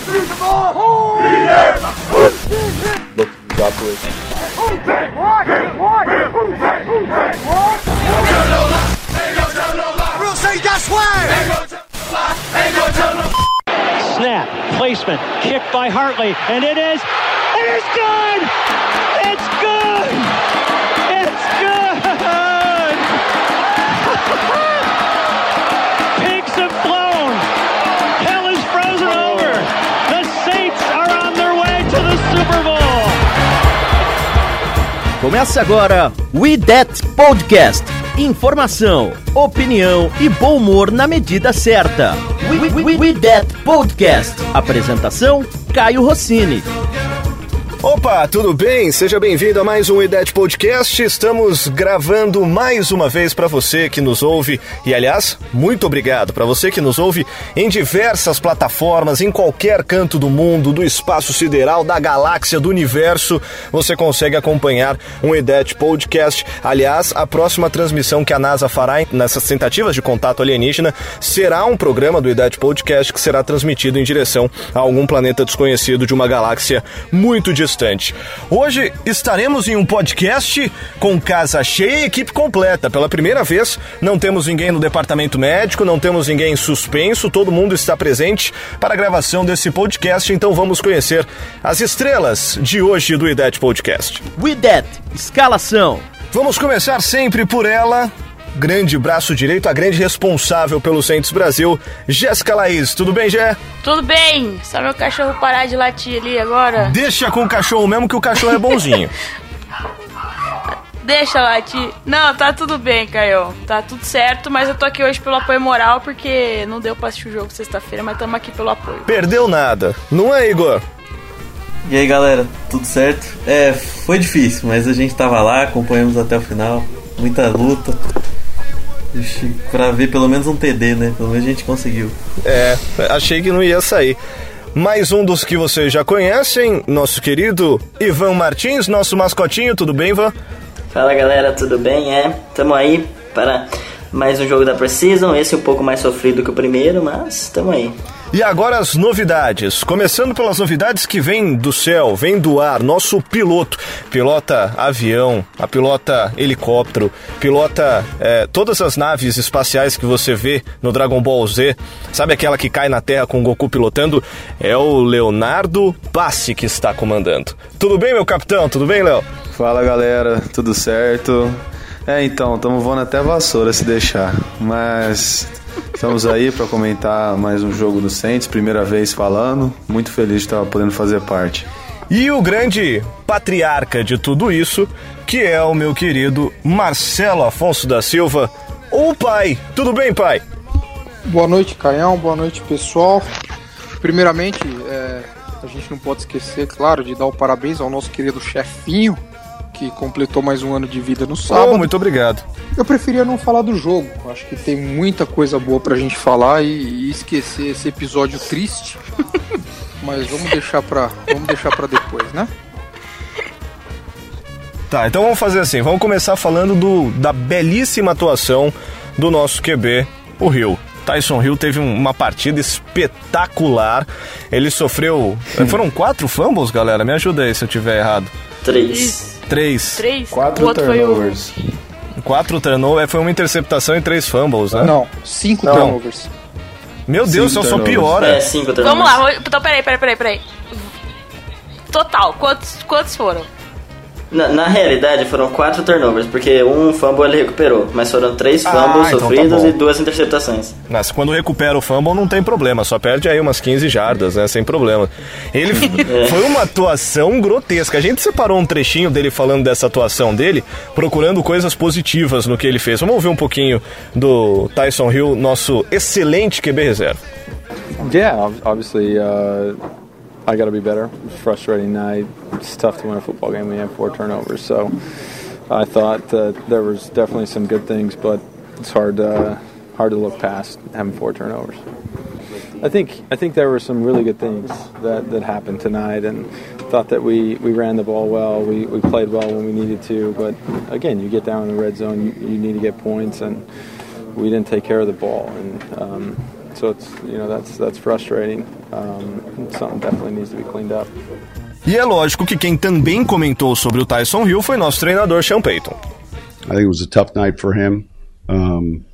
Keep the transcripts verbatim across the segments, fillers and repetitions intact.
Look, drop away. Snap, placement, kick by Hartley, and it is, it is good! It's good! It's good! Pigs have flown! Hell is frozen over! The Saints are on their way to the Super Bowl! Começa agora We That Podcast. Informação, opinião e bom humor na medida certa. We, we, we, We That Podcast. Apresentação, Caio Rossini. Opa, tudo bem? Seja bem-vindo a mais um We That Podcast. Estamos gravando mais uma vez para você que nos ouve. E, aliás, muito obrigado para você que nos ouve em diversas plataformas, em qualquer canto do mundo, do espaço sideral, da galáxia, do universo. Você consegue acompanhar um We That Podcast. Aliás, a próxima transmissão que a NASA fará nessas tentativas de contato alienígena será um programa do We That Podcast que será transmitido em direção a algum planeta desconhecido de uma galáxia muito distante. Hoje estaremos em um podcast com casa cheia e equipe completa. Pela primeira vez, não temos ninguém no departamento médico, não temos ninguém em suspenso, todo mundo está presente para a gravação desse podcast, então vamos conhecer as estrelas de hoje do We That Podcast. We That, escalação. Vamos começar sempre por ela, grande braço direito, a grande responsável pelo Saints Brasil, Jéssica Laís. Tudo bem, Jé? Tudo bem, só meu cachorro parar de latir ali agora. Deixa com o cachorro mesmo, que o cachorro é bonzinho. Deixa latir. Não, tá tudo bem, Caio. Tá tudo certo, mas eu tô aqui hoje pelo apoio moral, porque não deu pra assistir o jogo sexta-feira, mas estamos aqui pelo apoio. Perdeu nada, não é, Igor? E aí, galera, tudo certo? É, foi difícil, mas a gente tava lá, acompanhamos até o final. Muita luta. Pra ver pelo menos um T D, né? Pelo menos a gente conseguiu. É, achei que não ia sair. Mais um dos que vocês já conhecem, nosso querido Ivan Martins, nosso mascotinho. Tudo bem, Ivan? Fala, galera, tudo bem? É, tamo aí para mais um jogo da Precision. Esse é um pouco mais sofrido que o primeiro, mas tamo aí. E agora as novidades, começando pelas novidades que vêm do céu, vêm do ar. Nosso piloto, pilota avião, a pilota helicóptero, pilota é, todas as naves espaciais que você vê no Dragon Ball Z. Sabe aquela que cai na Terra com o Goku pilotando? É o Leonardo Bassi que está comandando. Tudo bem, meu capitão? Tudo bem, Léo? Fala, galera, tudo certo? É, então, estamos voando até vassoura se deixar, mas estamos aí para comentar mais um jogo do Saints, primeira vez falando, muito feliz de estar podendo fazer parte. E o grande patriarca de tudo isso, que é o meu querido Marcelo Afonso da Silva, o pai. Tudo bem, pai? Boa noite, Caião, boa noite, pessoal. Primeiramente, é, a gente não pode esquecer, claro, de dar o parabéns ao nosso querido chefinho, que completou mais um ano de vida no sábado. Oh, muito obrigado. Eu preferia não falar do jogo. Acho que tem muita coisa boa pra gente falar e, e esquecer esse episódio triste. Mas vamos deixar pra, vamos deixar pra depois, né? Tá, então vamos fazer assim. Vamos começar falando do, da belíssima atuação do nosso Q B, o Hill. Tyson Hill teve uma partida espetacular. Ele sofreu... Foram quatro fumbles, galera? Me ajuda aí se eu tiver errado. Três. Três. Três? Quatro turnovers. O... Quatro turnovers. Foi uma interceptação e três fumbles, né? Não, cinco Não. turnovers. Meu Deus, só, só piora. É, cinco turnovers. Vamos lá, então peraí, peraí, peraí, peraí. Total, quantos, quantos foram? Na, na realidade foram quatro turnovers, porque um fumble ele recuperou, mas foram três fumbles Ah, então tá sofridos bom. e duas interceptações. Mas quando recupera o fumble não tem problema, só perde aí umas quinze jardas, né, sem problema. Ele foi uma atuação grotesca. A gente separou um trechinho dele falando dessa atuação dele, procurando coisas positivas no que ele fez. Vamos ouvir um pouquinho do Tyson Hill, nosso excelente Q B reserva. Yeah, obviously uh, I got to be better. Frustrating night. It's tough to win a football game when you have four turnovers. So I thought that there was definitely some good things, but it's hard to, hard to look past having four turnovers. I think I think there were some really good things that, that happened tonight, and thought that we, we ran the ball well. We, we played well when we needed to, but again, you get down in the red zone, you, you need to get points, and we didn't take care of the ball. And um, so it's you know that's that's frustrating. Um, something definitely needs to be cleaned up. E é lógico que quem também comentou sobre o Tyson Hill foi nosso treinador Sean Payton. I think it was a tough night for him. Um,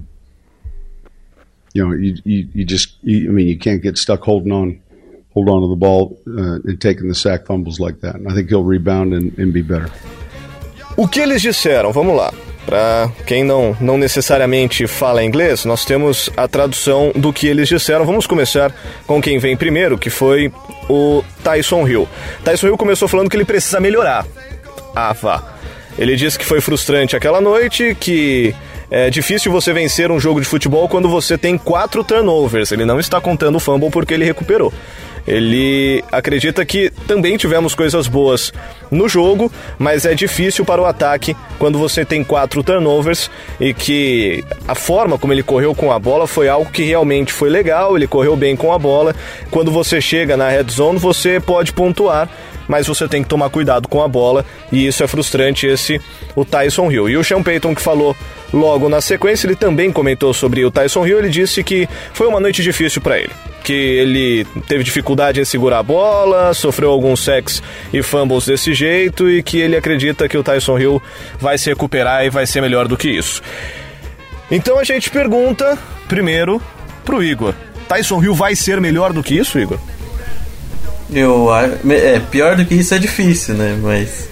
you know, you, you, you just, you, I mean, you can't get stuck holding on, hold on to the ball uh, and taking the sack fumbles like that. And I think he'll rebound and, and be better. O que eles disseram? Vamos lá. Para quem não, não necessariamente fala inglês, nós temos a tradução do que eles disseram. Vamos começar com quem vem primeiro, que foi o Tyson Hill. Tyson Hill começou falando que ele precisa melhorar. Ah, vá. Ele disse que foi frustrante aquela noite, que é difícil você vencer um jogo de futebol quando você tem quatro turnovers. Ele não está contando o fumble porque ele recuperou. Ele acredita que também tivemos coisas boas no jogo, mas é difícil para o ataque quando você tem quatro turnovers, e que a forma como ele correu com a bola foi algo que realmente foi legal. Ele correu bem com a bola. Quando você chega na red zone, você pode pontuar, mas você tem que tomar cuidado com a bola, e isso é frustrante. Esse o Tyson Hill. E o Sean Payton, que falou logo na sequência, ele também comentou sobre o Tyson Hill. Ele disse que foi uma noite difícil para ele, que ele teve dificuldade em segurar a bola, sofreu alguns sacks e fumbles desse jeito, e que ele acredita que o Tyson Hill vai se recuperar e vai ser melhor do que isso. Então a gente pergunta primeiro pro Igor: Tyson Hill vai ser melhor do que isso, Igor? Eu acho, é, pior do que isso é difícil, né? Mas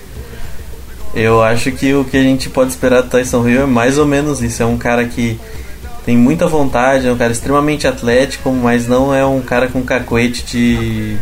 eu acho que o que a gente pode esperar do Tyson Hill é mais ou menos isso. É um cara que tem muita vontade, é um cara extremamente atlético, mas não é um cara com cacuete de,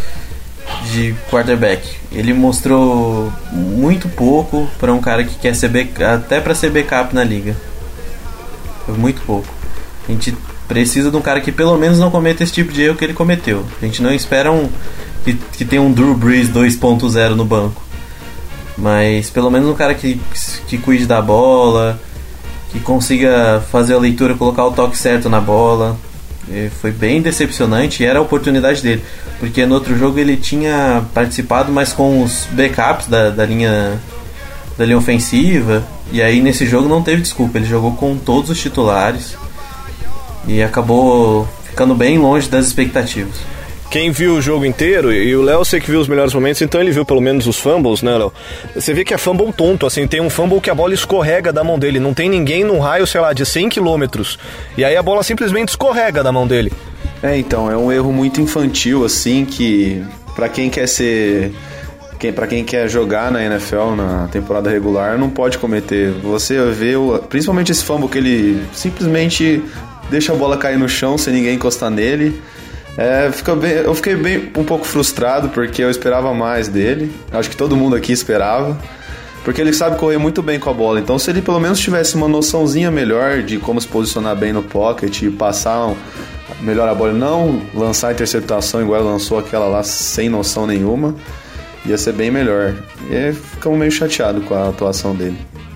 de quarterback. Ele mostrou muito pouco para um cara que quer ser back, até para ser backup na liga. Foi muito pouco. A gente precisa de um cara que pelo menos não cometa esse tipo de erro que ele cometeu. A gente não espera um, que, que tenha um Drew Brees dois ponto zero no banco, mas pelo menos um cara que, que cuide da bola, que consiga fazer a leitura, colocar o toque certo na bola. E foi bem decepcionante, e era a oportunidade dele, porque no outro jogo ele tinha participado mais com os backups da, da linha da linha ofensiva, e aí nesse jogo não teve desculpa, ele jogou com todos os titulares e acabou ficando bem longe das expectativas. Quem viu o jogo inteiro, e o Léo sei que viu os melhores momentos, então ele viu pelo menos os fumbles, né, Léo? Você vê que é fumble tonto, assim, tem um fumble que a bola escorrega da mão dele, não tem ninguém num raio, sei lá, de cem quilômetros, e aí a bola simplesmente escorrega da mão dele. É, então, é um erro muito infantil, assim, que pra quem quer ser... Quem, pra quem quer jogar na N F L na temporada regular, não pode cometer. Você vê, o, principalmente esse fumble que ele simplesmente deixa a bola cair no chão sem ninguém encostar nele. É, fica bem, eu fiquei bem, um pouco frustrado, porque eu esperava mais dele. Acho que todo mundo aqui esperava, porque ele sabe correr muito bem com a bola. Então, se ele pelo menos tivesse uma noçãozinha melhor de como se posicionar bem no pocket e passar um, melhor a bola, não lançar a interceptação igual ele lançou aquela lá sem noção nenhuma, ia ser bem melhor. E ficamos meio chateados com a atuação dele.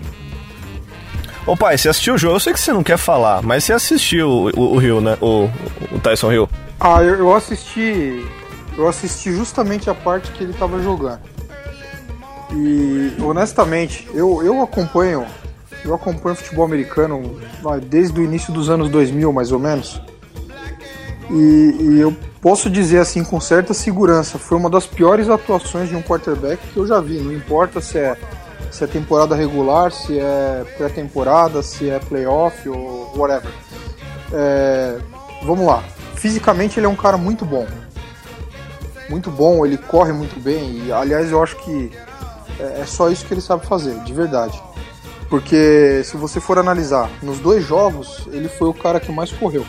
Ô pai, você assistiu o jogo? Eu sei que você não quer falar, mas você assistiu o, o, o Hill, né? O, o Tyson Hill. Ah, eu, eu assisti. Eu assisti justamente a parte que ele tava jogando. E honestamente, eu, eu acompanho. Eu acompanho futebol americano desde o início dos anos dois mil, mais ou menos. E, e eu posso dizer assim com certa segurança, foi uma das piores atuações de um quarterback que eu já vi. Não importa se é, se é temporada regular, se é pré-temporada, se é playoff ou whatever. É, vamos lá. Fisicamente ele é um cara muito bom. Muito bom, ele corre muito bem. E aliás, eu acho que é, é só isso que ele sabe fazer, de verdade. Porque se você for analisar, nos dois jogos, ele foi o cara que mais correu.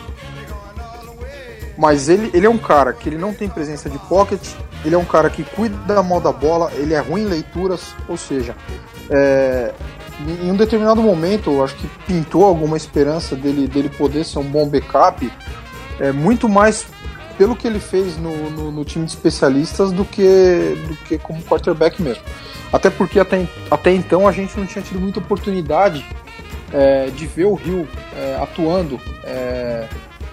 Mas ele, ele é um cara que ele não tem presença de pocket, ele é um cara que cuida mal da bola, ele é ruim em leituras, ou seja, é, em um determinado momento, eu acho que pintou alguma esperança dele, dele poder ser um bom backup, é, muito mais pelo que ele fez no, no, no time de especialistas do que, do que como quarterback mesmo. Até porque até, até então a gente não tinha tido muita oportunidade é, de ver o Hill é, atuando é,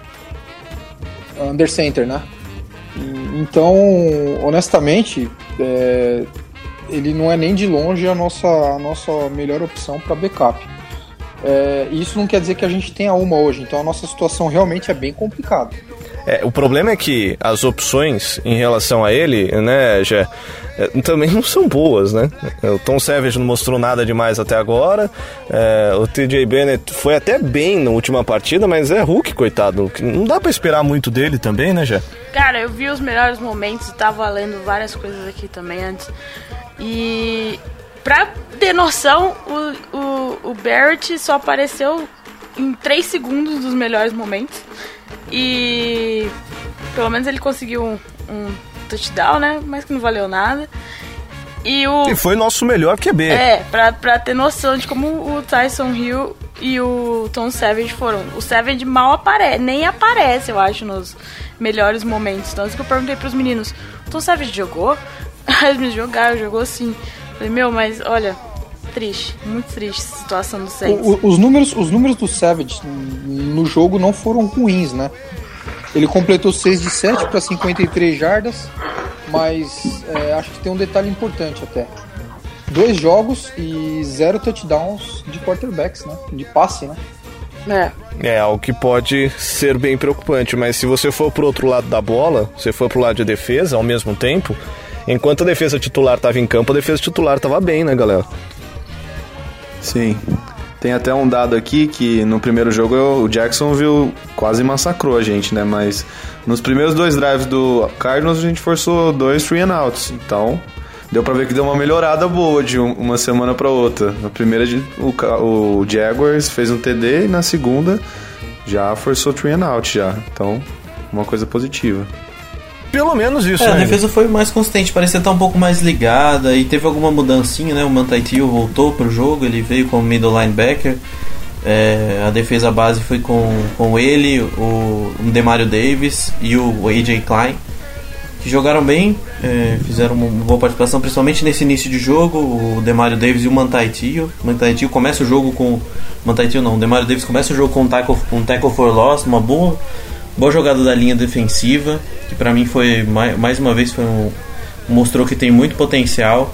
under center, né? E, então, honestamente, é, ele não é nem de longe a nossa, a nossa melhor opção para backup. É, isso não quer dizer que a gente tenha uma hoje, então a nossa situação realmente é bem complicada. É, o problema é que as opções em relação a ele, né, já, é, também não são boas, né? O Tom Savage não mostrou nada demais até agora, é, o T J Bennett foi até bem na última partida, mas é Hulk, coitado, não dá pra esperar muito dele também, né, já? Cara, eu vi os melhores momentos e tava lendo várias coisas aqui também antes, e pra ter noção, o, o, o Barrett só apareceu em três segundos dos melhores momentos. E pelo menos ele conseguiu um, um touchdown, né? Mas que não valeu nada. E, o, e foi nosso melhor Q B. É, pra, pra ter noção de como o Tyson Hill e o Tom Savage foram. O Savage mal aparece, nem aparece, eu acho, nos melhores momentos. Então, isso que eu perguntei pros meninos: o Tom Savage jogou? Eles me jogaram, jogou sim. Falei, meu, mas olha, triste, muito triste a situação do Saints. O, os, números, os números do Savage no jogo não foram ruins, né? Ele completou seis de sete para cinquenta e três jardas, mas é, acho que tem um detalhe importante até. Dois jogos e zero touchdowns de quarterbacks, né? De passe, né? É. É algo que pode ser bem preocupante, mas se você for pro outro lado da bola, se for pro lado de defesa ao mesmo tempo, enquanto a defesa titular estava em campo, a defesa titular estava bem, né, galera? Sim. Tem até um dado aqui que no primeiro jogo o Jacksonville quase massacrou a gente, né? Mas nos primeiros dois drives do Cardinals a gente forçou dois three and outs. Então deu pra ver que deu uma melhorada boa de uma semana pra outra. Na primeira o, o Jaguars fez um T D e na segunda já forçou three and out já. Então uma coisa positiva. Pelo menos isso, é, né? A defesa foi mais consistente, parecia estar um pouco mais ligada e teve alguma mudancinha, né? O Manti Te'o voltou pro jogo, ele veio como middle linebacker. É, a defesa base foi com, com ele, o, o Demario Davis e o A J Klein, que jogaram bem, é, fizeram uma boa participação, principalmente nesse início de jogo. O Demario Davis e o Manti Te'o. O Manti Te'o começa o jogo com... Manti Te'o não, o Demario Davis começa o jogo com um tackle, com um tackle for loss, uma boa... Boa jogada da linha defensiva, que pra mim foi, mais uma vez, foi um, mostrou que tem muito potencial.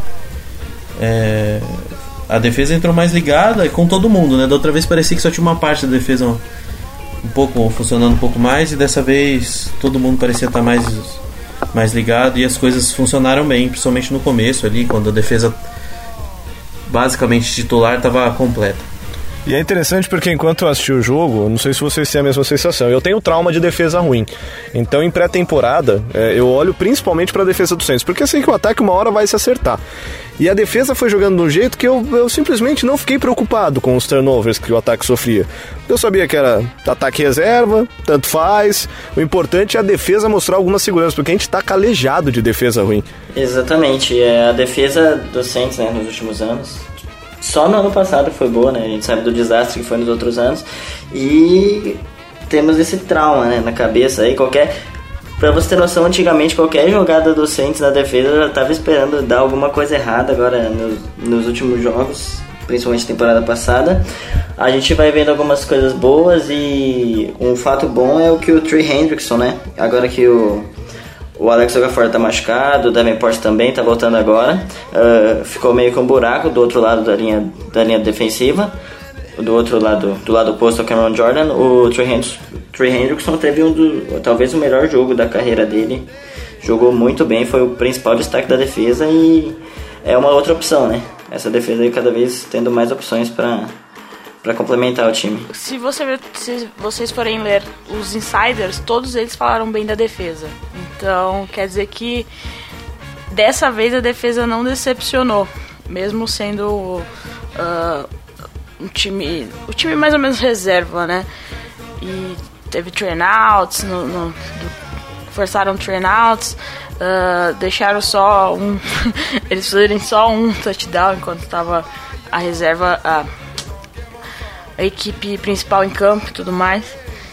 É, a defesa entrou mais ligada e com todo mundo, né? Da outra vez parecia que só tinha uma parte da defesa um, um pouco, funcionando um pouco mais, e dessa vez todo mundo parecia estar mais, mais ligado e as coisas funcionaram bem, principalmente no começo ali, quando a defesa basicamente titular estava completa. E é interessante porque enquanto eu assisti o jogo, não sei se vocês têm a mesma sensação, eu tenho trauma de defesa ruim. Então em pré-temporada, é, eu olho principalmente para a defesa do Saints, porque eu sei que o ataque uma hora vai se acertar. E a defesa foi jogando de um jeito que eu, eu simplesmente não fiquei preocupado com os turnovers que o ataque sofria. Eu sabia que era ataque reserva, tanto faz. O importante é a defesa mostrar alguma segurança, porque a gente tá calejado de defesa ruim. Exatamente, é a defesa do Saints, né, nos últimos anos. Só no ano passado foi boa, né? A gente sabe do desastre que foi nos outros anos. E temos esse trauma, né, na cabeça aí. Qualquer... Pra você ter noção, antigamente qualquer jogada do Saints na defesa já tava esperando dar alguma coisa errada. Agora, nos, nos últimos jogos, principalmente temporada passada, a gente vai vendo algumas coisas boas. E um fato bom é o que o Trey Hendrickson, né? Agora que o... O Alex Okafor tá machucado, o Davenport também tá voltando agora. Uh, ficou meio com um buraco do outro lado da linha, da linha defensiva. Do outro lado, do lado oposto ao Cameron Jordan. O Trey Hendrickson teve um do, talvez o melhor jogo da carreira dele. Jogou muito bem, foi o principal destaque da defesa e é uma outra opção, né? Essa defesa aí cada vez tendo mais opções para para complementar o time. Se, você, se vocês forem ler os insiders, todos eles falaram bem da defesa. Então, quer dizer que dessa vez a defesa não decepcionou, mesmo sendo uh, um time, o time mais ou menos reserva, né? E teve train-outs, no, no, do, forçaram train-outs, uh, deixaram só um... eles fazerem só um touchdown enquanto estava a reserva... Uh, a equipe principal em campo e tudo mais.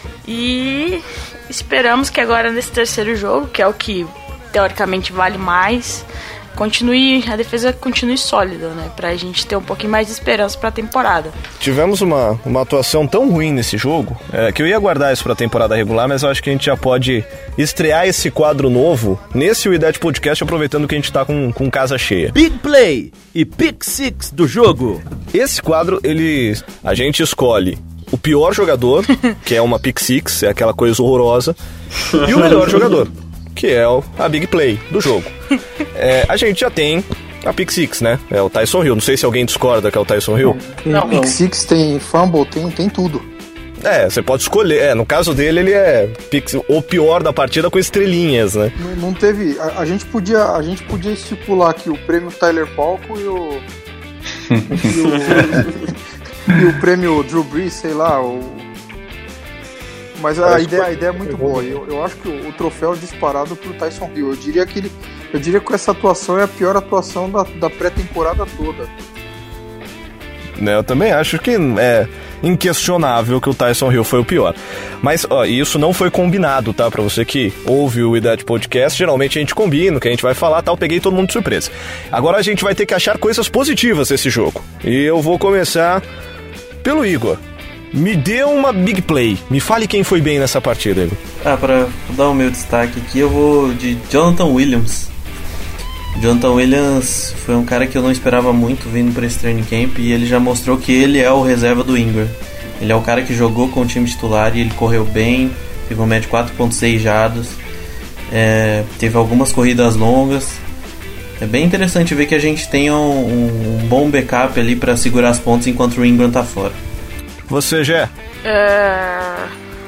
E esperamos que agora nesse terceiro jogo, que é o que teoricamente vale mais, continue, a defesa continue sólida, né? Pra gente ter um pouquinho mais de esperança pra temporada. Tivemos uma, uma atuação tão ruim nesse jogo, é, que eu ia guardar isso pra temporada regular, mas eu acho que a gente já pode estrear esse quadro novo nesse We That Podcast, aproveitando que a gente tá com, com casa cheia. Big Play e Pick Six do jogo. Esse quadro, ele a gente escolhe o pior jogador, que é uma Pick Six, é aquela coisa horrorosa, e o melhor jogador, que é o, a Big Play do jogo. É, a gente já tem a Pick Six, né? É o Tyson Hill. Não sei se alguém discorda que é o Tyson Hill. Tem não, Pick Six, tem Fumble, tem, tem tudo. É, você pode escolher. É, no caso dele, ele é pick, o pior da partida com estrelinhas, né? Não, não teve... A, a, gente podia, a gente podia estipular aqui o prêmio Tyler Palco e o... e, o e o prêmio Drew Brees, sei lá, o... Mas a ideia, a ideia é muito boa. Eu, eu acho que o, o troféu é disparado pro Tyson Hill. Eu diria que ele, eu diria que essa atuação é a pior atuação da, da pré-temporada toda. Eu também acho que é inquestionável que o Tyson Hill foi o pior. Mas ó, isso não foi combinado, tá? Pra você que ouve o We That Podcast, geralmente a gente combina o que a gente vai falar, tal. Peguei todo mundo de surpresa. Agora a gente vai ter que achar coisas positivas nesse jogo. E eu vou começar pelo Igor. Me dê uma big play. Me fale quem foi bem nessa partida, Igor. Ah, pra dar o meu destaque aqui, eu vou de Jonathan Williams. Jonathan Williams foi um cara que eu não esperava muito vindo para esse training camp, e ele já mostrou que ele é o reserva do Ingram. Ele é o cara que jogou com o time titular e ele correu bem, teve uma média de quatro ponto seis jardas, é, teve algumas corridas longas. É bem interessante ver que a gente tem um, um, um bom backup ali para segurar as pontas enquanto o Ingram tá fora. Você, Gé? É...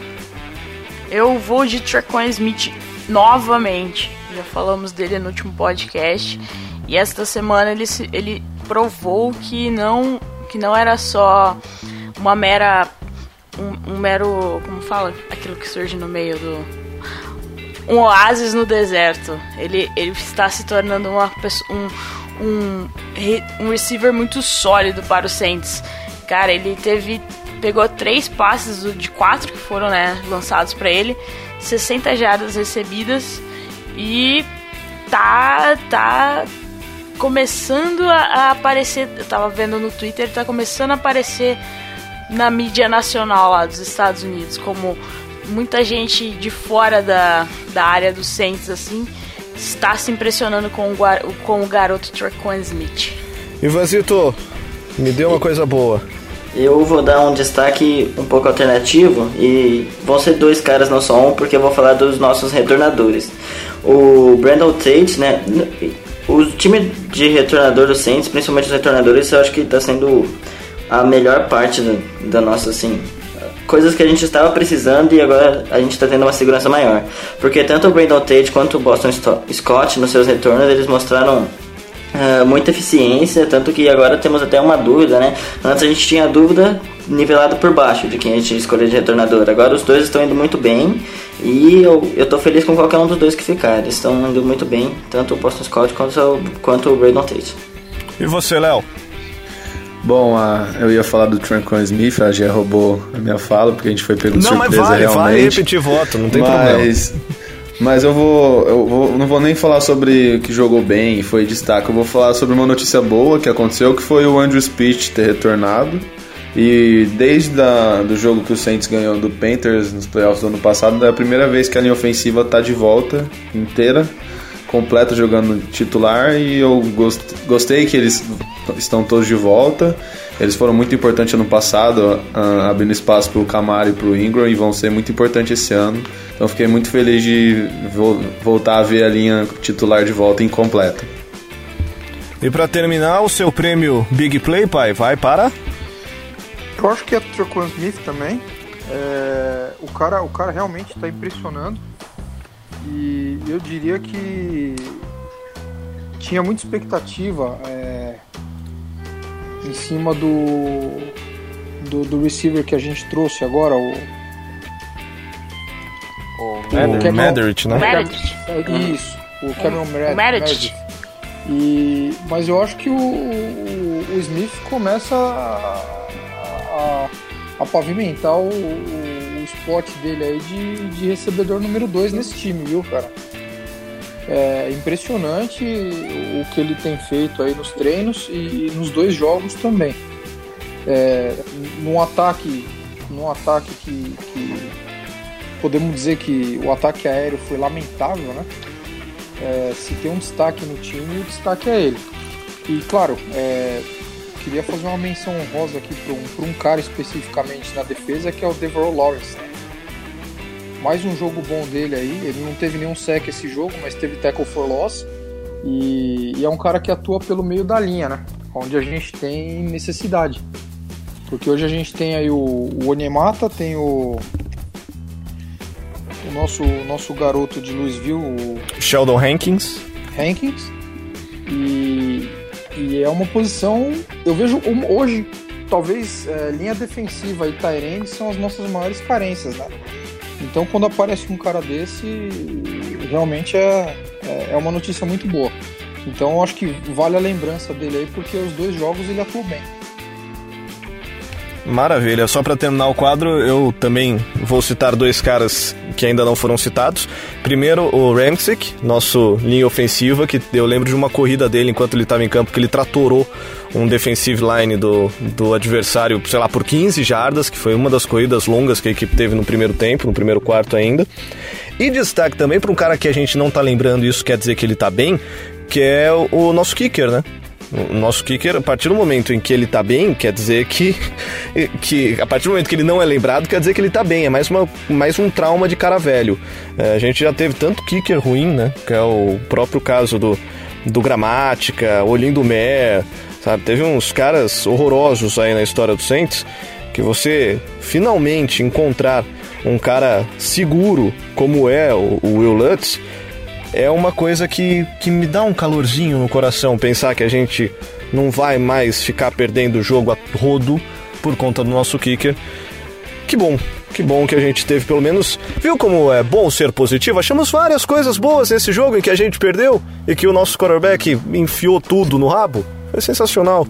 Eu vou de Tre'Quan Smith novamente. Já falamos dele no último podcast. E esta semana ele, ele provou que não, que não era só uma mera... Um, um mero... Como fala? Aquilo que surge no meio do... Um oásis no deserto. Ele, ele está se tornando uma pessoa, um, um, um receiver muito sólido para o Saints. Cara, ele teve... Pegou três passes de quatro que foram, né, lançados para ele, sessenta jardas recebidas, e tá, tá começando a, a aparecer. Eu tava vendo no Twitter, ele tá começando a aparecer na mídia nacional lá dos Estados Unidos, como muita gente de fora da, da área do Saints, assim, está se impressionando com o, com o garoto Tre'Quan Smith. Ivanzito, me dê uma e... coisa boa. Eu vou dar um destaque um pouco alternativo, e vão ser dois caras, não só um, porque eu vou falar dos nossos retornadores. O Brandon Tate, né? O time de retornador do Saints, principalmente os retornadores, eu acho que está sendo a melhor parte do, da nossa, assim, coisas que a gente estava precisando, e agora a gente está tendo uma segurança maior. Porque tanto o Brandon Tate quanto o Boston Scott, nos seus retornos, eles mostraram Uh, muita eficiência, tanto que agora temos até uma dúvida, né? Antes a gente tinha a dúvida nivelada por baixo de quem a gente escolher de retornador. Agora os dois estão indo muito bem, e eu, eu tô feliz com qualquer um dos dois que ficar. Eles estão indo muito bem, tanto o Boston Scott quanto o, quanto o Brandon Tate. E você, Léo? Bom, uh, eu ia falar do Tre'Quan Smith, a Gé roubou a minha fala, porque a gente foi pego de não, surpresa mas vale, realmente. Vale repetir voto, não tem mas... problema. Mas eu vou, eu vou, não vou nem falar sobre o que jogou bem e foi destaque. Eu vou falar sobre uma notícia boa que aconteceu, que foi o Andrew Speech ter retornado. E desde o do jogo que o Saints ganhou do Panthers nos playoffs do ano passado, é a primeira vez que a linha ofensiva está de volta inteira, completa, jogando titular. E eu gost, gostei que eles estão todos de volta. Eles foram muito importantes ano passado, uh, abrindo espaço para o Kamara e para o Ingram, e vão ser muito importantes esse ano. Então fiquei muito feliz de vo- voltar a ver a linha titular de volta incompleta. E para terminar, o seu prêmio Big Play, pai, vai para... Eu acho que é Tre'Quan Smith também. É, o, cara, o cara realmente está impressionando. E eu diria que tinha muita expectativa é, em cima do, do, do receiver que a gente trouxe agora, o... O Medrit, né? O Isso, o Cameron Medrit. E, mas eu acho que o, o, o Smith começa a, a, a pavimentar o, o spot dele aí de, de recebedor número dois nesse time, viu, cara? é impressionante o que ele tem feito aí nos treinos e nos dois jogos também. É, num ataque, num ataque que, que podemos dizer que o ataque aéreo foi lamentável, né? É, se tem um destaque no time, o destaque é ele. E claro, é, queria fazer uma menção honrosa aqui para um, um cara especificamente na defesa, que é o Devaroe Lawrence, né? Mais um jogo bom dele aí. Ele não teve nenhum sec esse jogo, mas teve tackle for loss. E, e é um cara que atua pelo meio da linha, né? Onde a gente tem necessidade. Porque hoje a gente tem aí o, o Onyemata, tem o, o nosso, nosso garoto de Louisville, o Sheldon Hankins. Hankins. E, e é uma posição, eu vejo hoje, talvez é, linha defensiva e tight end são as nossas maiores carências, né? Então quando aparece um cara desse, realmente é, é uma notícia muito boa. Então eu acho que vale a lembrança dele aí, porque os dois jogos ele atuou bem. Maravilha, só para terminar o quadro, eu também vou citar dois caras que ainda não foram citados. Primeiro, o Ramczyk, nosso linha ofensiva, que eu lembro de uma corrida dele enquanto ele estava em campo, que ele tratorou um defensive line do, do adversário, sei lá, por quinze jardas, que foi uma das corridas longas que a equipe teve no primeiro tempo, no primeiro quarto ainda. E destaque também para um cara que a gente não tá lembrando, isso quer dizer que ele tá bem, que é o, o nosso kicker, né? O nosso kicker, a partir do momento em que ele tá bem, quer dizer que, que a partir do momento que ele não é lembrado, quer dizer que ele tá bem. É mais, uma, mais um trauma de cara velho. É, a gente já teve tanto kicker ruim, né? Que é o próprio caso do, do Gramática, Olindo Mer, sabe? Teve uns caras horrorosos aí na história do Saints, que você finalmente encontrar um cara seguro como é o, o Will Lutz, é uma coisa que, que me dá um calorzinho no coração, pensar que a gente não vai mais ficar perdendo o jogo a rodo por conta do nosso kicker. Que bom, que bom que a gente teve pelo menos... Viu como é bom ser positivo? Achamos várias coisas boas nesse jogo em que a gente perdeu e que o nosso quarterback enfiou tudo no rabo. Foi sensacional.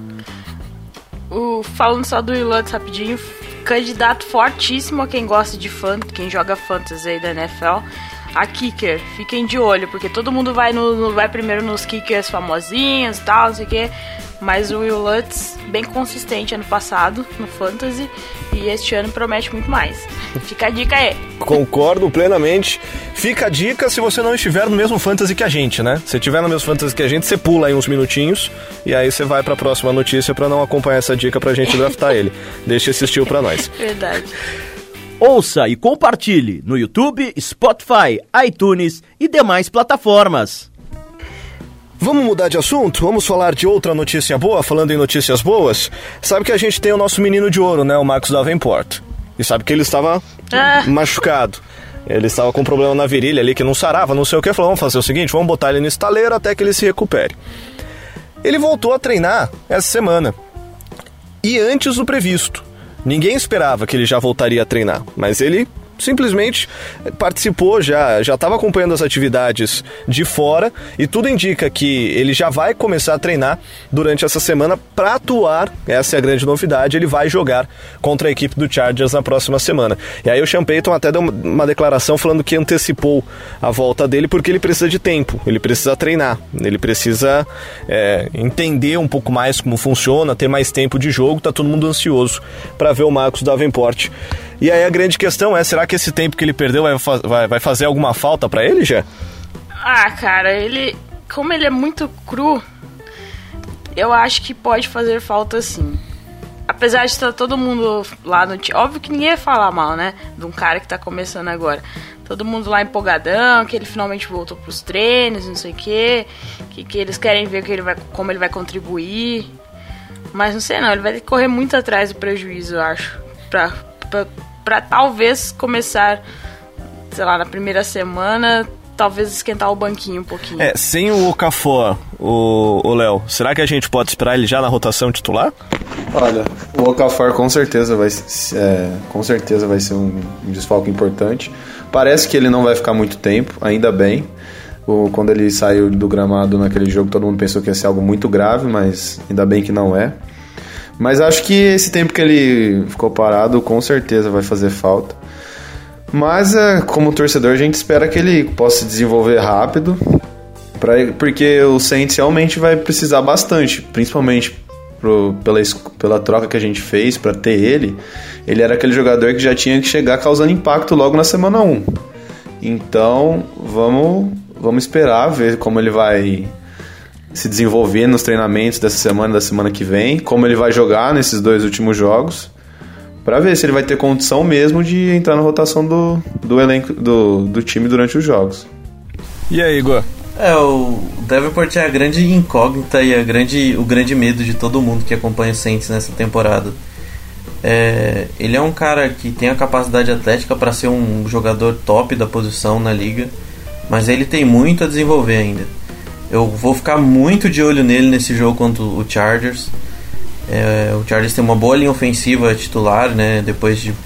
O, falando só do Will Lutz rapidinho, candidato fortíssimo a quem gosta de fantasy, quem joga fantasy aí da N F L. A kicker, fiquem de olho, porque todo mundo vai, no, no, vai primeiro nos kickers famosinhos e tal, não sei o que, mas o Will Lutz, bem consistente ano passado no Fantasy, e este ano promete muito mais. Fica a dica aí. Concordo plenamente. Fica a dica se você não estiver no mesmo Fantasy que a gente, né? Se estiver no mesmo Fantasy que a gente, você pula aí uns minutinhos, e aí você vai pra próxima notícia pra não acompanhar essa dica pra gente draftar ele. Deixa esse estilo pra nós. Verdade. Ouça e compartilhe no YouTube, Spotify, iTunes e demais plataformas. Vamos mudar de assunto? Vamos falar de outra notícia boa? Falando em notícias boas, sabe que a gente tem o nosso menino de ouro, né? O Marcus Davenport. E sabe que ele estava ah. machucado. Ele estava com um problema na virilha ali que não sarava, não sei o que. Falou, vamos fazer o seguinte, vamos botar ele no estaleiro até que ele se recupere. Ele voltou a treinar essa semana. E antes do previsto. Ninguém esperava que ele já voltaria a treinar, mas ele simplesmente participou, já já estava acompanhando as atividades de fora e tudo indica que ele já vai começar a treinar durante essa semana para atuar, essa é a grande novidade, ele vai jogar contra a equipe do Chargers na próxima semana. E aí o Sean Payton até deu uma declaração falando que antecipou a volta dele porque ele precisa de tempo, ele precisa treinar, ele precisa é, entender um pouco mais como funciona, ter mais tempo de jogo, tá todo mundo ansioso para ver o Marcus Davenport. E aí a grande questão é, será que esse tempo que ele perdeu vai, vai, vai fazer alguma falta pra ele, já? Ah, cara, ele... Como ele é muito cru, eu acho que pode fazer falta sim. Apesar de estar todo mundo lá no time... Óbvio que ninguém ia falar mal, né? De um cara que tá começando agora. Todo mundo lá empolgadão, que ele finalmente voltou pros treinos, não sei o quê. Que, que eles querem ver que ele vai, como ele vai contribuir. Mas não sei não, ele vai ter que correr muito atrás do prejuízo, eu acho. Pra... pra Pra talvez começar, sei lá, na primeira semana, talvez esquentar o banquinho um pouquinho. É, sem o Okafor, o Léo, será que a gente pode esperar ele já na rotação titular? Olha, o Okafor com certeza vai, é, com certeza vai ser um, um desfalque importante. Parece que ele não vai ficar muito tempo, ainda bem. O, quando ele saiu do gramado naquele jogo, todo mundo pensou que ia ser algo muito grave, mas ainda bem que não é. Mas acho que esse tempo que ele ficou parado com certeza vai fazer falta. Mas é, como torcedor a gente espera que ele possa se desenvolver rápido Pra, porque o Saints realmente vai precisar bastante, principalmente pro, pela, pela troca que a gente fez pra ter ele. Ele era aquele jogador que já tinha que chegar causando impacto logo na semana um. Então, vamos, vamos esperar, ver como ele vai se desenvolver nos treinamentos dessa semana e da semana que vem, como ele vai jogar nesses dois últimos jogos, para ver se ele vai ter condição mesmo de entrar na rotação do, do elenco do, do time durante os jogos. E aí, Igor? É, o Davenport é a grande incógnita e a grande, o grande medo de todo mundo que acompanha o Saints nessa temporada. É, ele é um cara que tem a capacidade atlética para ser um jogador top da posição na liga, mas ele tem muito a desenvolver ainda. Eu vou ficar muito de olho nele nesse jogo contra o Chargers. É, o Chargers tem uma boa linha ofensiva titular, né? Depois de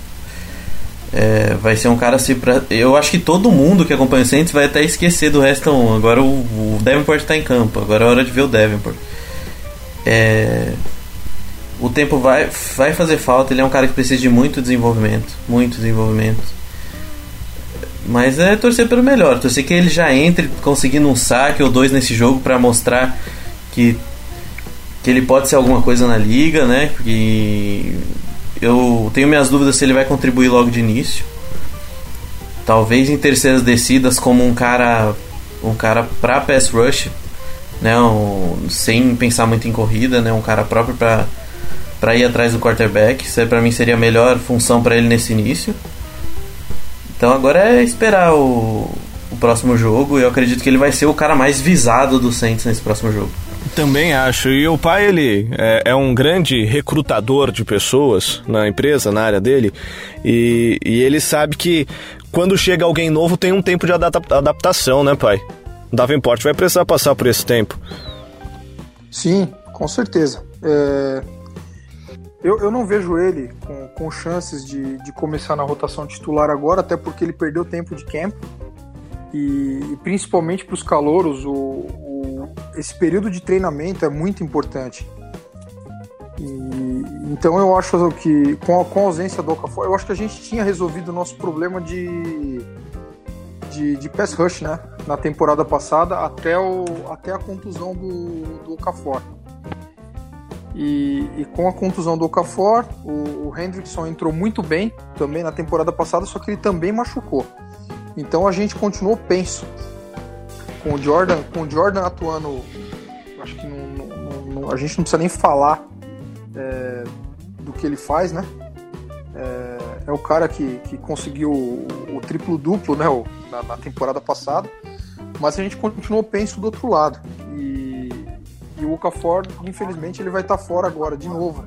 é, vai ser um cara assim pra, eu acho que todo mundo que acompanha o Saints vai até esquecer do resto. Agora o, o Davenport está em campo, agora é hora de ver o Davenport. É, o tempo vai, vai fazer falta. Ele é um cara que precisa de muito desenvolvimento, muito desenvolvimento. Mas é torcer pelo melhor, torcer que ele já entre conseguindo um saque ou dois nesse jogo para mostrar que, que ele pode ser alguma coisa na liga, né? Porque eu tenho minhas dúvidas se ele vai contribuir logo de início. Talvez em terceiras descidas como um cara um cara para pass rush, né? Um, sem pensar muito em corrida, né? Um cara próprio para para ir atrás do quarterback. Isso para mim seria a melhor função para ele nesse início. Então agora é esperar o, o próximo jogo. Eu acredito que ele vai ser o cara mais visado do Saints nesse próximo jogo. Também acho. E o pai, ele é, é um grande recrutador de pessoas na empresa, na área dele. E, e ele sabe que quando chega alguém novo tem um tempo de adapta- adaptação, né, pai? O Davenport vai precisar passar por esse tempo. Sim, com certeza. É... Eu, eu não vejo ele com, com chances de, de começar na rotação titular agora, até porque ele perdeu tempo de camp. E, e principalmente para os calouros, o, o, esse período de treinamento é muito importante. E, então eu acho que com a, com a ausência do Okafor, eu acho que a gente tinha resolvido o nosso problema de, de, de pass rush, né? Na temporada passada, até, o, até a contusão do, do Okafor. E, e com a contusão do Okafor, o, o Hendrickson entrou muito bem também na temporada passada, só que ele também machucou. Então a gente continuou penso. Com o Jordan, com o Jordan atuando, acho que não, não, não, a gente não precisa nem falar é, do que ele faz, né? É, é o cara que, que conseguiu o, o triplo-duplo, né, o, na, na temporada passada, mas a gente continuou penso do outro lado. E E o Okafor, infelizmente, ele vai estar fora agora, de novo.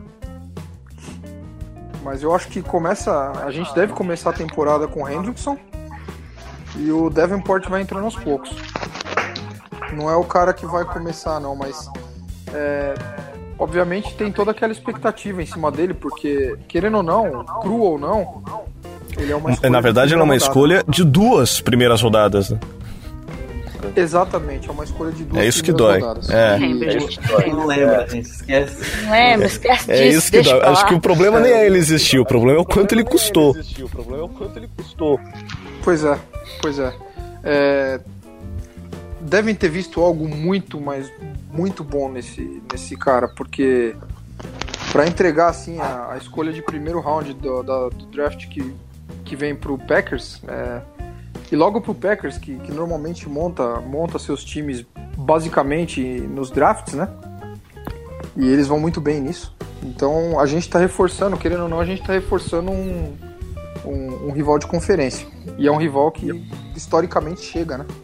Mas eu acho que começa. A gente deve começar a temporada com o Hendrickson. E o Davenport vai entrando aos poucos. Não é o cara que vai começar, não, mas. É, obviamente tem toda aquela expectativa em cima dele, porque, querendo ou não, cru ou não, ele é uma escolha. Na verdade, ele é uma rodada. escolha de duas primeiras rodadas, né? Exatamente, é uma escolha de duas É isso que dói. É. Lembra, é gente. Não lembra, gente. Esquece. Não lembra, esquece É disso. isso que dói. Acho que o problema nem é ele existir, o problema é o quanto ele custou. O problema é o quanto ele custou. Pois é, pois é. é. Devem ter visto algo muito, mas muito bom nesse, nesse cara, porque para entregar assim a, a escolha de primeiro round do, da, do draft que, que vem pro Packers, é, e logo pro Packers, que, que normalmente monta, monta seus times basicamente nos drafts, né? E eles vão muito bem nisso. Então a gente tá reforçando, querendo ou não, a gente tá reforçando um, um, um rival de conferência. E é um rival que historicamente chega, né?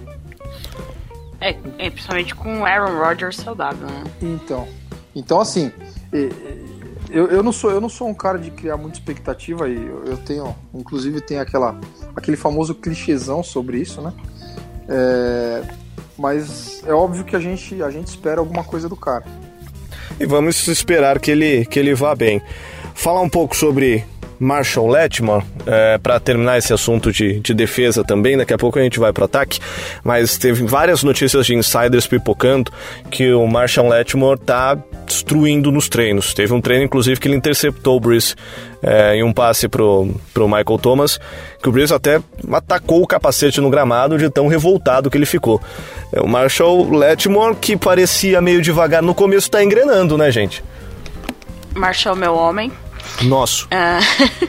É, é principalmente com o Aaron Rodgers saudável, né? Então, então assim, eu, eu, não sou, eu não sou um cara de criar muita expectativa, e eu, eu tenho, inclusive tem aquela, aquele famoso clichêzão sobre isso, né? É, mas é óbvio que a gente, a gente espera alguma coisa do cara. E vamos esperar que ele, que ele vá bem. Falar um pouco sobre Marshon Lattimore, é, para terminar esse assunto de, de defesa também, daqui a pouco a gente vai para o ataque, mas teve várias notícias de insiders pipocando que o Marshon Lattimore tá destruindo nos treinos. Teve um treino, inclusive, que ele interceptou o Brees é, em um passe pro, pro Michael Thomas, que o Brees até atacou o capacete no gramado de tão revoltado que ele ficou. É, o Marshall Lattimore, que parecia meio devagar no começo, tá engrenando, né, gente? Marshall, meu homem. Nosso. Ah.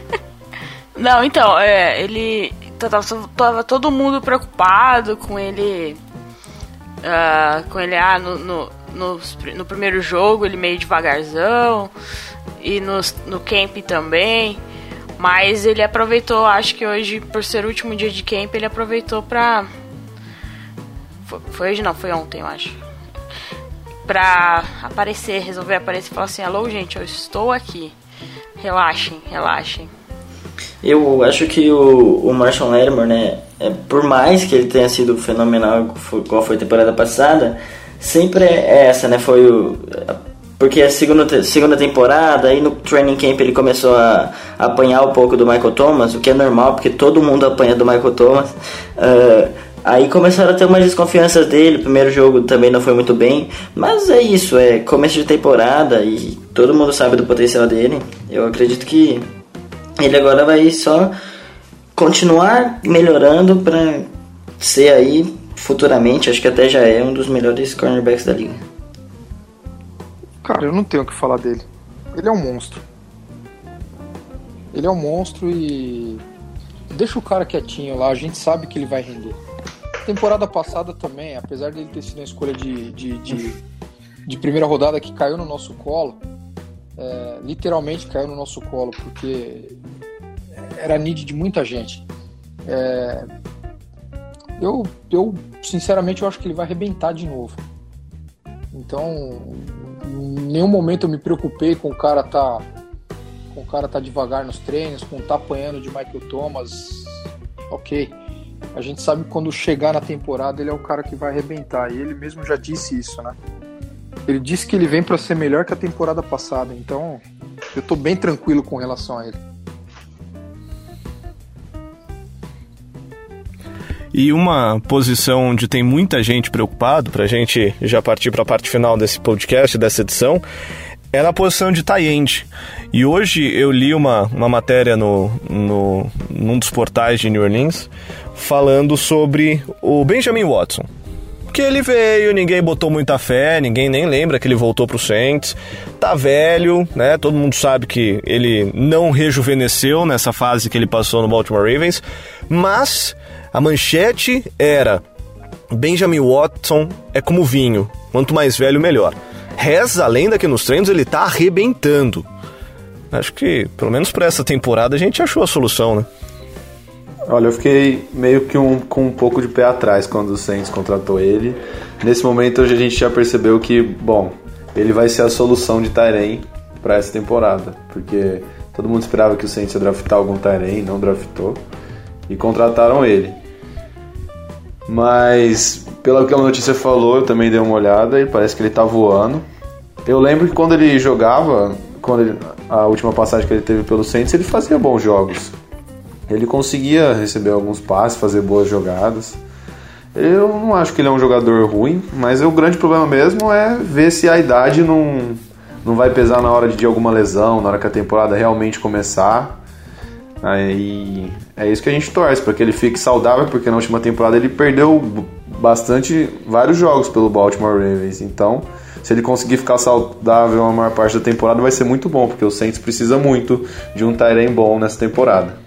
Não, então, é, ele... Tava, tava todo mundo preocupado com ele... Uh, com ele, ah, no, no, no, no primeiro jogo ele meio devagarzão, e no, no camp também, mas ele aproveitou, acho que hoje, por ser o último dia de camp, ele aproveitou pra... Foi, foi hoje não, foi ontem, eu acho. Pra aparecer, resolver aparecer e falar assim, alô gente, eu estou aqui, relaxem, relaxem. Eu acho que o, o Marshall Lattimore, né, é, por mais que ele tenha sido fenomenal, igual foi a temporada passada, sempre é essa, né, foi o... Porque a segunda, segunda temporada, aí no training camp ele começou a, a apanhar um pouco do Michael Thomas, o que é normal, porque todo mundo apanha do Michael Thomas. Uh, aí começaram a ter umas desconfianças dele, o primeiro jogo também não foi muito bem, mas é isso, é começo de temporada e todo mundo sabe do potencial dele. Eu acredito que ele agora vai só continuar melhorando para ser aí futuramente, acho que até já é um dos melhores cornerbacks da liga. Cara, eu não tenho o que falar dele. Ele é um monstro. Ele é um monstro e deixa o cara quietinho lá, a gente sabe que ele vai render. Temporada passada também, apesar dele ter sido uma escolha de, de, de, de primeira rodada que caiu no nosso colo, é, literalmente caiu no nosso colo, porque era need de muita gente. É, eu, eu, sinceramente, eu acho que ele vai arrebentar de novo. Então, em nenhum momento eu me preocupei com o cara tá, com o cara tá devagar nos treinos, com tá apanhando de Michael Thomas. Ok. A gente sabe que quando chegar na temporada ele é o cara que vai arrebentar. E ele mesmo já disse isso, né? Ele disse que ele vem para ser melhor que a temporada passada. Então, eu tô bem tranquilo com relação a ele. E uma posição onde tem muita gente preocupado, pra gente já partir para a parte final desse podcast, dessa edição, é na posição de tight end. E hoje eu li uma, uma matéria no, no, num dos portais de New Orleans falando sobre o Benjamin Watson. Que ele veio, ninguém botou muita fé, ninguém nem lembra que ele voltou pro Saints. Tá velho, né? Todo mundo sabe que ele não rejuvenesceu nessa fase que ele passou no Baltimore Ravens. Mas a manchete era: Benjamin Watson é como vinho, quanto mais velho, melhor. Reza a lenda que nos treinos ele tá arrebentando. Acho que, pelo menos para essa temporada, a gente achou a solução, né? Olha, eu fiquei meio que um, com um pouco de pé atrás quando o Saints contratou ele. Nesse momento a gente já percebeu que, bom, ele vai ser a solução de tight end para essa temporada, porque todo mundo esperava que o Saints ia draftar algum tight end, não draftou, e contrataram ele. Mas, pelo que a notícia falou, eu também dei uma olhada e parece que ele tá voando. Eu lembro que quando ele jogava, quando ele, a última passagem que ele teve pelo Saints, ele fazia bons jogos. Ele conseguia receber alguns passes, fazer boas jogadas. Eu não acho que ele é um jogador ruim, mas o grande problema mesmo é ver se a idade não, não vai pesar na hora de alguma lesão, na hora que a temporada realmente começar. Aí é isso que a gente torce, para que ele fique saudável, porque na última temporada ele perdeu bastante, vários jogos pelo Baltimore Ravens. Então, se ele conseguir ficar saudável a maior parte da temporada, vai ser muito bom, porque o Saints precisa muito de um tight end bom nessa temporada.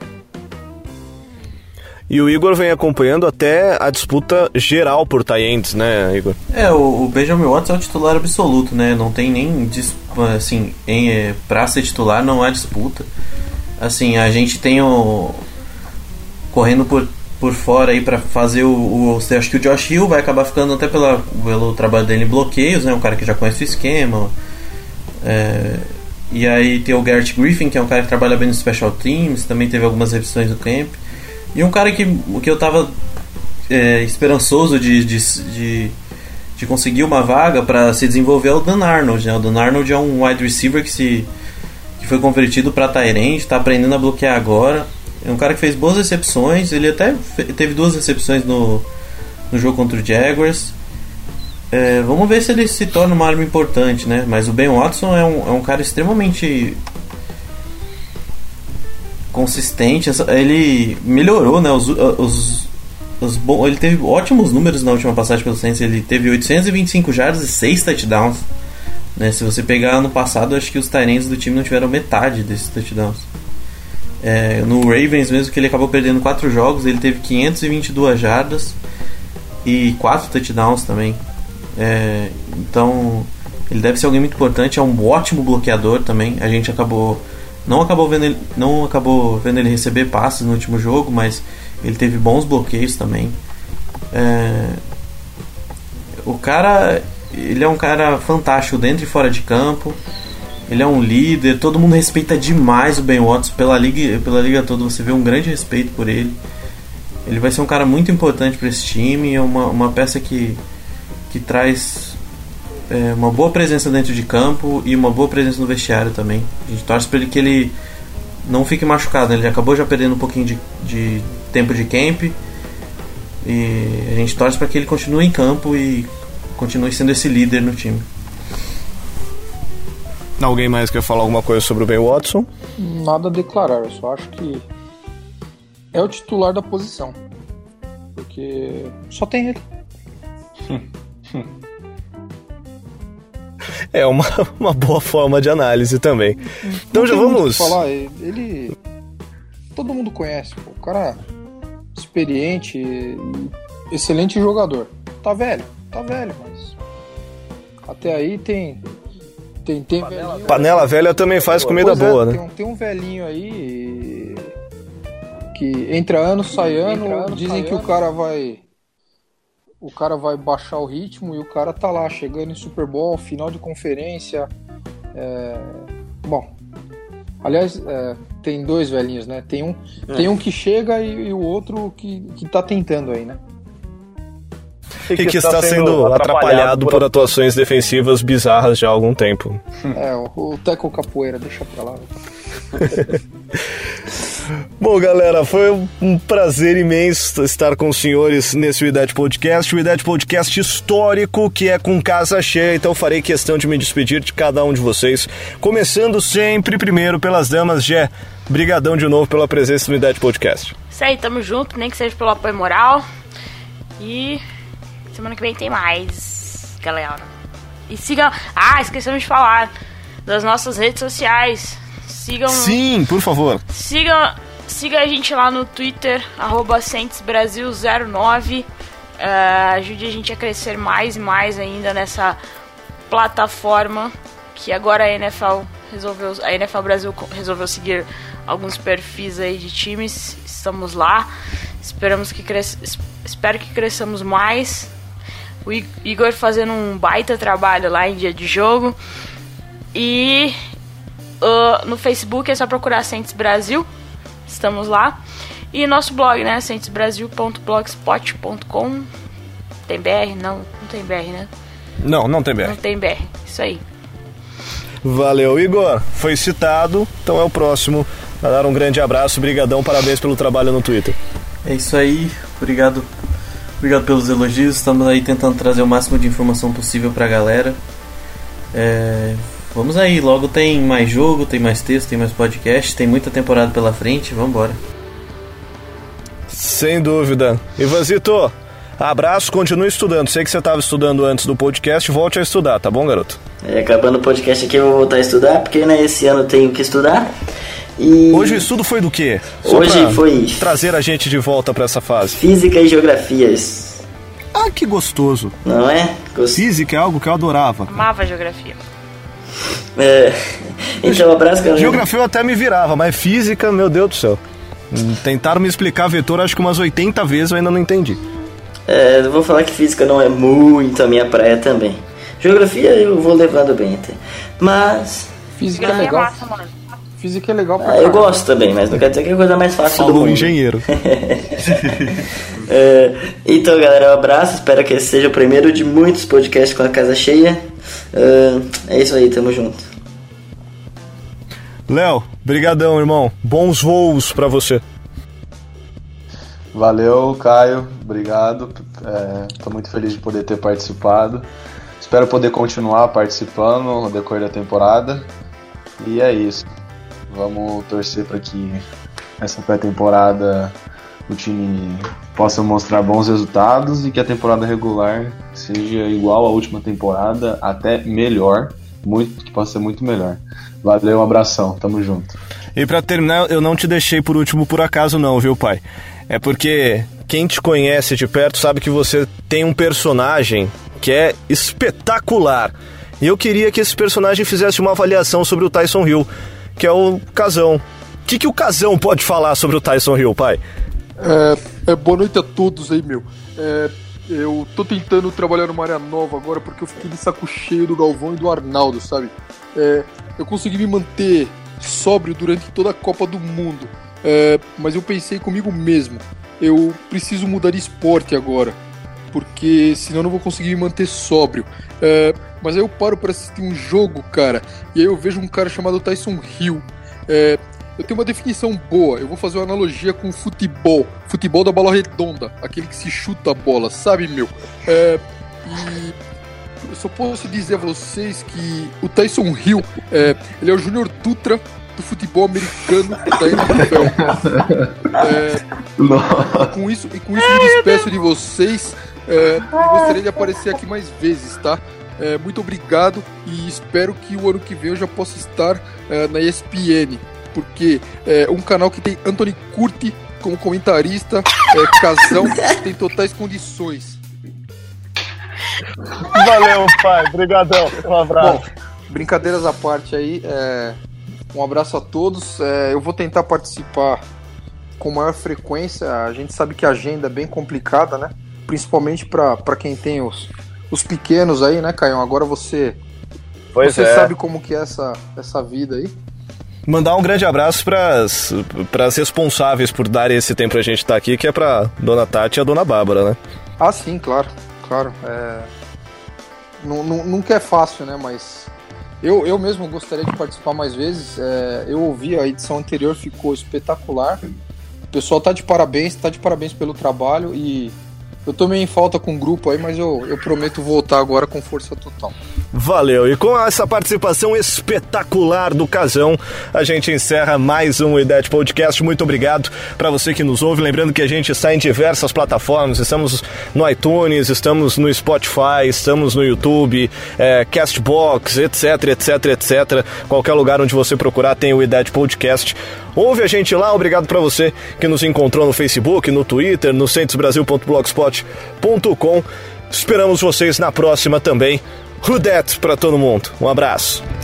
E o Igor vem acompanhando até a disputa geral por tight ends, né, Igor? É, o, o Benjamin Watson é o titular absoluto, né? Não tem nem, assim, em, é, pra ser titular não há disputa. Assim, a gente tem o... correndo por, por fora aí pra fazer o, o... Acho que o Josh Hill vai acabar ficando até pela, pelo trabalho dele em bloqueios, né? Um cara que já conhece o esquema. É, e aí tem o Garrett Griffin, que é um cara que trabalha bem no Special Teams, também teve algumas revisões do camp. E um cara que, que eu tava é, esperançoso de, de, de, de conseguir uma vaga para se desenvolver é o Dan Arnold, né? O Dan Arnold é um wide receiver que, se, que foi convertido para tight end, está aprendendo a bloquear agora. É um cara que fez boas recepções, ele até teve duas recepções no, no jogo contra o Jaguars. É, vamos ver se ele se torna uma arma importante, né? Mas o Ben Watson é um, é um cara extremamente consistente. Ele melhorou, né? Os, os, os bom, ele teve ótimos números na última passagem pelo Saints. Ele teve oitocentos e vinte e cinco jardas e seis touchdowns, né? Se você pegar ano passado, acho que os tight ends do time não tiveram metade desses touchdowns. É, no Ravens mesmo, que ele acabou perdendo quatro jogos, ele teve quinhentas e vinte e duas jardas e quatro touchdowns também. É, então ele deve ser alguém muito importante. É um ótimo bloqueador também. A gente acabou não acabou vendo ele, não acabou vendo ele receber passes no último jogo, mas ele teve bons bloqueios também. É, o cara, ele é um cara fantástico dentro e fora de campo. Ele é um líder. Todo mundo respeita demais o Ben Watson pela liga, pela liga toda. Você vê um grande respeito por ele. Ele vai ser um cara muito importante para esse time. É uma, uma peça que que traz é, uma boa presença dentro de campo e uma boa presença no vestiário também. A gente torce para ele que ele não fique machucado. Ele acabou já perdendo um pouquinho de, de tempo de camp, e a gente torce para que ele continue em campo e continue sendo esse líder no time. Alguém mais quer falar alguma coisa sobre o Ben Watson? Nada a declarar, eu só acho que é o titular da posição, porque só tem ele. É uma, uma boa forma de análise também. Então já vamos falar, ele todo mundo conhece, pô. O cara experiente e excelente jogador. Tá velho, tá velho, mas até aí tem tem, tem panela, velhinho, panela velha também faz comida boa, é, né? Tem, tem um velhinho aí que entra ano, sai ano, ano dizem sai que ano. o cara vai O cara vai baixar o ritmo e o cara tá lá, chegando em Super Bowl, final de conferência. É... Bom, aliás, é, tem dois velhinhos, né? Tem um, é. tem um que chega e, e o outro que, que tá tentando aí, né? E que, que está sendo atrapalhado, atrapalhado por atuações defensivas bizarras já há algum tempo. É, o, o Teco Capoeira, deixa pra lá. Bom, galera, foi um prazer imenso estar com os senhores nesse Idade Podcast, o Idade Podcast histórico, que é com casa cheia, então farei questão de me despedir de cada um de vocês, começando sempre primeiro pelas damas. Gé, brigadão de novo pela presença no Idade Podcast. Isso aí, tamo junto, nem que seja pelo apoio moral, e semana que vem tem mais, galera. E sigam, ah, esquecemos de falar das nossas redes sociais. Sigam, Sim, por favor. Sigam, siga a gente lá no Twitter, arroba Saints Brasil zero nove. Uh, ajude a gente a crescer mais e mais ainda nessa plataforma que agora a N F L resolveu, a N F L Brasil resolveu seguir alguns perfis aí de times. Estamos lá. Esperamos que cres, espero que cresçamos mais. O Igor fazendo um baita trabalho lá em dia de jogo. E Uh, no Facebook é só procurar Saints Brasil, estamos lá. E nosso blog, né, saints brasil ponto blogspot ponto com. Tem B R? Não, não tem B R, né? Não, não tem B R. Não tem B R, isso aí. Valeu, Igor. Foi citado, então é o próximo. A dar um grande abraço, brigadão, parabéns pelo trabalho no Twitter. É isso aí, obrigado, obrigado pelos elogios. Estamos aí tentando trazer o máximo de informação possível pra galera. É... Vamos aí, logo tem mais jogo, tem mais texto, tem mais podcast, tem muita temporada pela frente, vamos embora. Sem dúvida. Ivanzito, abraço, continue estudando. Sei que você estava estudando antes do podcast, volte a estudar, tá bom, garoto? É, acabando o podcast aqui eu vou voltar a estudar, porque né, esse ano eu tenho que estudar. E... Hoje o estudo foi do quê? Só Hoje foi... trazer a gente de volta para essa fase. Física e geografias. Ah, que gostoso. Não é? Gost... Física é algo que eu adorava. Amava geografia. É. Então, um abraço, galera. Geografia eu até me virava, mas física, meu Deus do céu. Tentaram me explicar vetor, acho que umas oitenta vezes eu ainda não entendi. É, eu vou falar que física não é muito a minha praia também. Geografia eu vou levando bem até. Mas... Física é legal. Massa, mano. Física é legal pra ah, eu gosto também, mas não quer dizer que é a coisa mais fácil Falou do mundo. engenheiro. é, então, galera, um abraço. Espero que esse seja o primeiro de muitos podcasts com a casa cheia. Uh, é isso aí, tamo junto. Léo, brigadão, irmão. Bons voos pra você. Valeu, Caio. Obrigado. Estou muito feliz de poder ter participado. Espero poder continuar participando no decorrer da temporada. E é isso. Vamos torcer para que essa pré-temporada o time possa mostrar bons resultados e que a temporada regular seja igual à última temporada, até melhor, muito, que possa ser muito melhor. Valeu, um abração, tamo junto. E pra terminar, eu não te deixei por último por acaso não, viu, pai? É porque quem te conhece de perto sabe que você tem um personagem que é espetacular. E eu queria que esse personagem fizesse uma avaliação sobre o Tyson Hill, que é o Casão. O que, que o Casão pode falar sobre o Tyson Hill, pai? É, é, boa noite a todos aí, meu. É, eu tô tentando trabalhar numa área nova agora porque eu fiquei de saco cheio do Galvão e do Arnaldo, sabe? É, eu consegui me manter sóbrio durante toda a Copa do Mundo, é, mas eu pensei comigo mesmo, eu preciso mudar de esporte agora, porque senão eu não vou conseguir me manter sóbrio. É, mas aí eu paro para assistir um jogo, cara, e aí eu vejo um cara chamado Tyson Hill. É, eu tenho uma definição boa, eu vou fazer uma analogia com o futebol, futebol da bola redonda, aquele que se chuta a bola, sabe, meu? É, e eu só posso dizer a vocês que o Tyson Hill, é, ele é o Júnior Dutra do futebol americano da N F L. É, e com isso, e com isso me despeço de vocês. É, gostaria de aparecer aqui mais vezes, tá? É, muito obrigado e espero que o ano que vem eu já possa estar é, na E S P N, porque é um canal que tem Anthony Curti como comentarista, é, Casão, tem totais condições. Valeu, pai. Obrigadão. Um abraço. Bom, brincadeiras à parte aí, é, um abraço a todos. É, eu vou tentar participar com maior frequência. A gente sabe que a agenda é bem complicada, né? Principalmente para quem tem os, os pequenos aí, né, Caio? Agora você, pois você é. sabe como que é essa, essa vida aí. Mandar um grande abraço para as responsáveis por dar esse tempo pra gente estar aqui, que é pra Dona Tati e a Dona Bárbara, né? Ah, sim, claro. Claro. É... Não, não, nunca é fácil, né? Mas eu, eu mesmo gostaria de participar mais vezes. É... Eu ouvi a edição anterior, ficou espetacular. O pessoal tá de parabéns, tá de parabéns pelo trabalho e eu tô meio em falta com o grupo aí, mas eu, eu prometo voltar agora com força total. Valeu, e com essa participação espetacular do Casão, a gente encerra mais um IDET Podcast. Muito obrigado para você que nos ouve, lembrando que a gente está em diversas plataformas, estamos no iTunes, estamos no Spotify, estamos no YouTube, é, Castbox, etc, etc, etcétera. Qualquer lugar onde você procurar tem o IDET Podcast. Ouve a gente lá, obrigado para você que nos encontrou no Facebook, no Twitter, no centros brasil ponto blogspot ponto com. Esperamos vocês na próxima também. Who dat pra todo mundo. Um abraço.